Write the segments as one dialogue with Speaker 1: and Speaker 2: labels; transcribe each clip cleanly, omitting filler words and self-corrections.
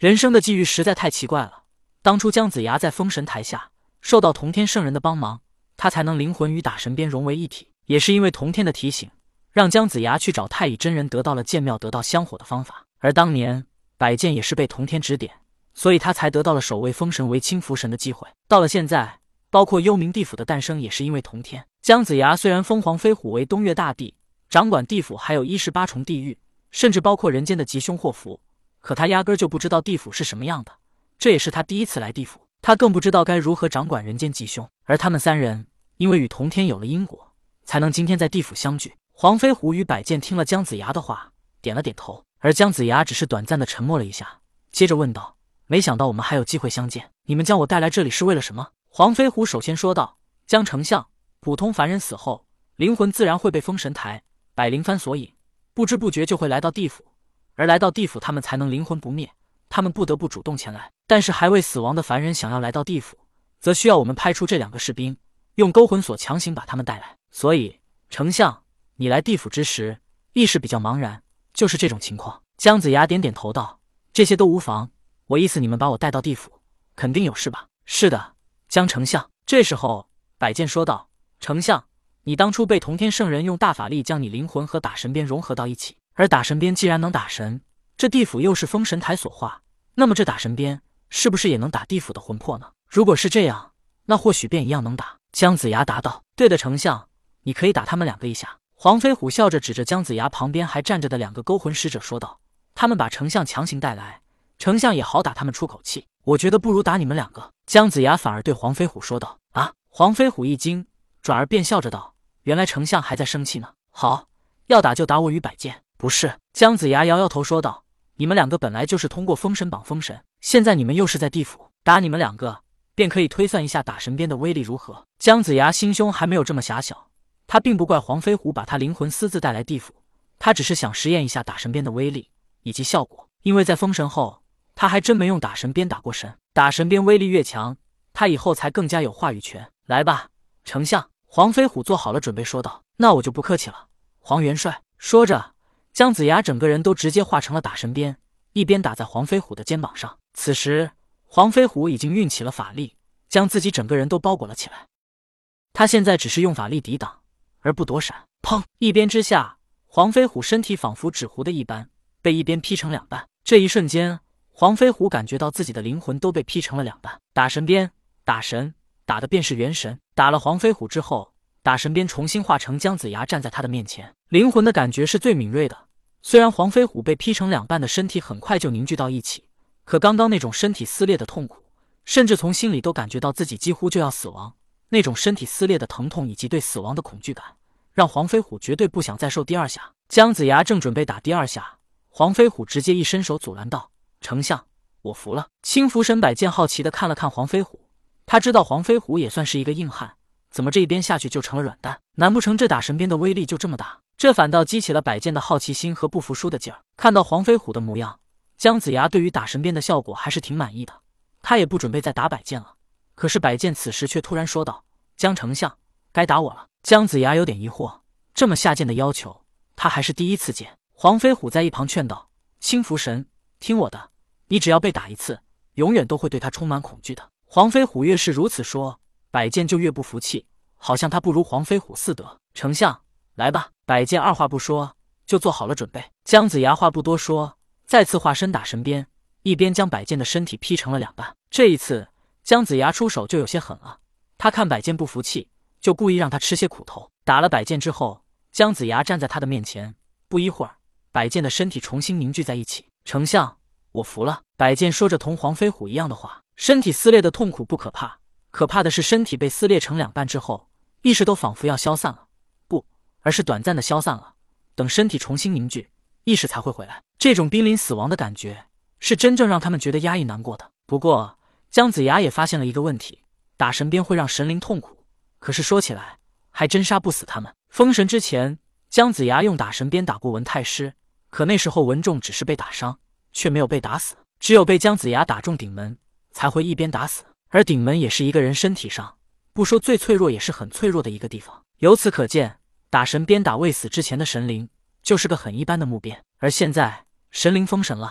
Speaker 1: 人生的际遇实在太奇怪了。当初姜子牙在封神台下受到同天圣人的帮忙，他才能灵魂与打神鞭融为一体。也是因为同天的提醒，让姜子牙去找太乙真人得到了剑庙得到香火的方法。而当年百剑也是被同天指点，所以他才得到了守卫封神为清福神的机会。到了现在，包括幽冥地府的诞生也是因为同天。姜子牙虽然封黄飞虎为东岳大帝，掌管地府还有18重地狱，甚至包括人间的吉凶祸福，可他压根就不知道地府是什么样的，这也是他第一次来地府，他更不知道该如何掌管人间吉凶。而他们三人因为与同天有了因果，才能今天在地府相聚。黄飞虎与百剑听了姜子牙的话，点了点头，而姜子牙只是短暂的沉默了一下，接着问道：没想到我们还有机会相见，你们将我带来这里是为了什么？黄飞虎首先说道：姜丞相，普通凡人死后，灵魂自然会被封神台、百灵幡所引，不知不觉就会来到地府，而来到地府他们才能灵魂不灭，他们不得不主动前来。但是还未死亡的凡人想要来到地府，则需要我们派出这2个士兵，用勾魂锁强行把他们带来。所以丞相，你来地府之时意识比较茫然，就是这种情况。姜子牙点点头道：这些都无妨，我意思你们把我带到地府，肯定有事吧？是的，姜丞相。这时候百剑说道：丞相，你当初被同天圣人用大法力将你灵魂和打神鞭融合到一起，而打神鞭既然能打神，这地府又是封神台所化，那么这打神鞭是不是也能打地府的魂魄呢？如果是这样，那或许便一样能打。姜子牙答道：对的，丞相，你可以打他们2个一下。黄飞虎笑着指着姜子牙旁边还站着的2个勾魂使者说道：他们把丞相强行带来，丞相也好打他们出口气，我觉得不如打你们2个。姜子牙反而对黄飞虎说道：啊！黄飞虎一惊，转而便笑着道：原来丞相还在生气呢。好，要打就打我与百剑。不是。姜子牙摇摇头说道：你们2个本来就是通过封神榜封神，现在你们又是在地府，打你们2个便可以推算一下打神鞭的威力如何。姜子牙心胸还没有这么狭小，他并不怪黄飞虎把他灵魂私自带来地府，他只是想实验一下打神鞭的威力以及效果。因为在封神后，他还真没用打神鞭打过神，打神鞭威力越强，他以后才更加有话语权。来吧，丞相。黄飞虎做好了准备说道：那我就不客气了，黄元帅。说着，姜子牙整个人都直接化成了打神鞭，一边打在黄飞虎的肩膀上。此时黄飞虎已经运起了法力，将自己整个人都包裹了起来，他现在只是用法力抵挡而不躲闪。砰！一鞭之下，黄飞虎身体仿佛纸糊的一般，被一鞭劈成2半。这一瞬间，黄飞虎感觉到自己的灵魂都被劈成了2半。打神鞭，打神，打的便是元神。打了黄飞虎之后，打神鞭重新化成姜子牙站在他的面前，灵魂的感觉是最敏锐的。虽然黄飞虎被劈成2半的身体很快就凝聚到一起，可刚刚那种身体撕裂的痛苦，甚至从心里都感觉到自己几乎就要死亡，那种身体撕裂的疼痛以及对死亡的恐惧感，让黄飞虎绝对不想再受第2下。姜子牙正准备打第2下，黄飞虎直接一伸手阻拦道：丞相，我服了。青福神百剑好奇地看了看黄飞虎，他知道黄飞虎也算是一个硬汉，怎么这一鞭下去就成了软蛋？难不成这打神鞭的威力就这么大？这反倒激起了百剑的好奇心和不服输的劲儿。看到黄飞虎的模样，姜子牙对于打神鞭的效果还是挺满意的，他也不准备再打百剑了。可是百剑此时却突然说道：姜丞相，该打我了。姜子牙有点疑惑，这么下贱的要求他还是第一次见。黄飞虎在一旁劝道：青福神，听我的，你只要被打一次，永远都会对他充满恐惧的。黄飞虎越是如此说，百剑就越不服气，好像他不如黄飞虎似的。丞相，来吧。百剑二话不说就做好了准备。姜子牙话不多说，再次化身打神鞭，一边将百剑的身体劈成了2半。这一次姜子牙出手就有些狠了，他看百剑不服气，就故意让他吃些苦头。打了百剑之后，姜子牙站在他的面前，不一会儿，百剑的身体重新凝聚在一起。丞相，我服了。百剑说着同黄飞虎一样的话。身体撕裂的痛苦不可怕，可怕的是身体被撕裂成2半之后，意识都仿佛要消散了，不，而是短暂的消散了。等身体重新凝聚，意识才会回来。这种濒临死亡的感觉，是真正让他们觉得压抑难过的。不过姜子牙也发现了一个问题，打神鞭会让神灵痛苦，可是说起来还真杀不死他们。封神之前，姜子牙用打神鞭打过文太师，可那时候文仲只是被打伤，却没有被打死，只有被姜子牙打中顶门，才会一鞭打死。而顶门也是一个人身体上不说最脆弱也是很脆弱的一个地方。由此可见，打神鞭打未死之前的神灵就是个很一般的木鞭。而现在神灵封神了，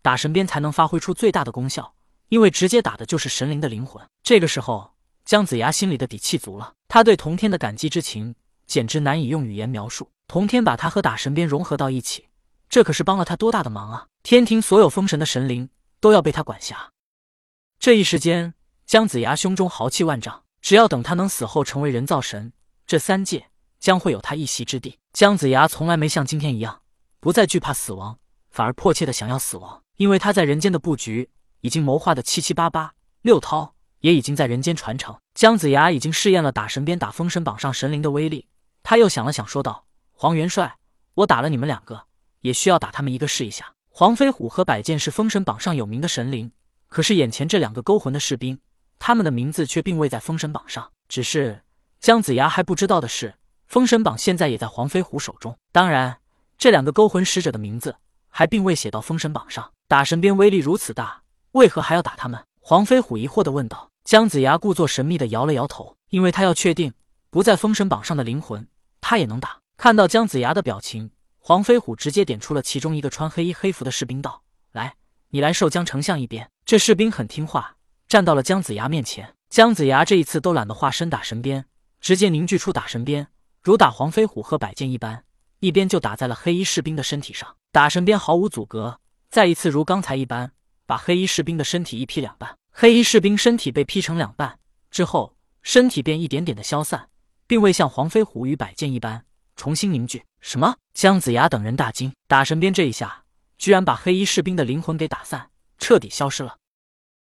Speaker 1: 打神鞭才能发挥出最大的功效，因为直接打的就是神灵的灵魂。这个时候，姜子牙心里的底气足了，他对童天的感激之情简直难以用语言描述。童天把他和打神鞭融合到一起，这可是帮了他多大的忙啊！天庭所有封神的神灵都要被他管辖。这一时间，姜子牙胸中豪气万丈，只要等他能死后成为人造神，这3界将会有他一席之地。姜子牙从来没像今天一样不再惧怕死亡，反而迫切的想要死亡，因为他在人间的布局已经谋划的七七八八，六韬也已经在人间传承。姜子牙已经试验了打神鞭打封神榜上神灵的威力，他又想了想说道：黄元帅，我打了你们2个，也需要打他们一个试一下。黄飞虎和百剑是封神榜上有名的神灵，可是眼前这2个勾魂的士兵，他们的名字却并未在封神榜上。只是姜子牙还不知道的是，封神榜现在也在黄飞虎手中。当然，这2个勾魂使者的名字还并未写到封神榜上。打神鞭威力如此大，为何还要打他们？黄飞虎疑惑地问道。姜子牙故作神秘地摇了摇头，因为他要确定不在封神榜上的灵魂他也能打。看到姜子牙的表情，黄飞虎直接点出了其中一个穿黑衣黑服的士兵道：来，你来受姜丞相一鞭。这士兵很听话，站到了姜子牙面前。姜子牙这一次都懒得化身打神鞭，直接凝聚出打神鞭，如打黄飞虎和百剑一般，一鞭就打在了黑衣士兵的身体上。打神鞭毫无阻隔，再一次如刚才一般，把黑衣士兵的身体一劈2半。黑衣士兵身体被劈成2半之后，身体便一点点的消散，并未像黄飞虎与百剑一般重新凝聚。什么？姜子牙等人大惊，打神鞭这一下居然把黑衣士兵的灵魂给打散，彻底消失了。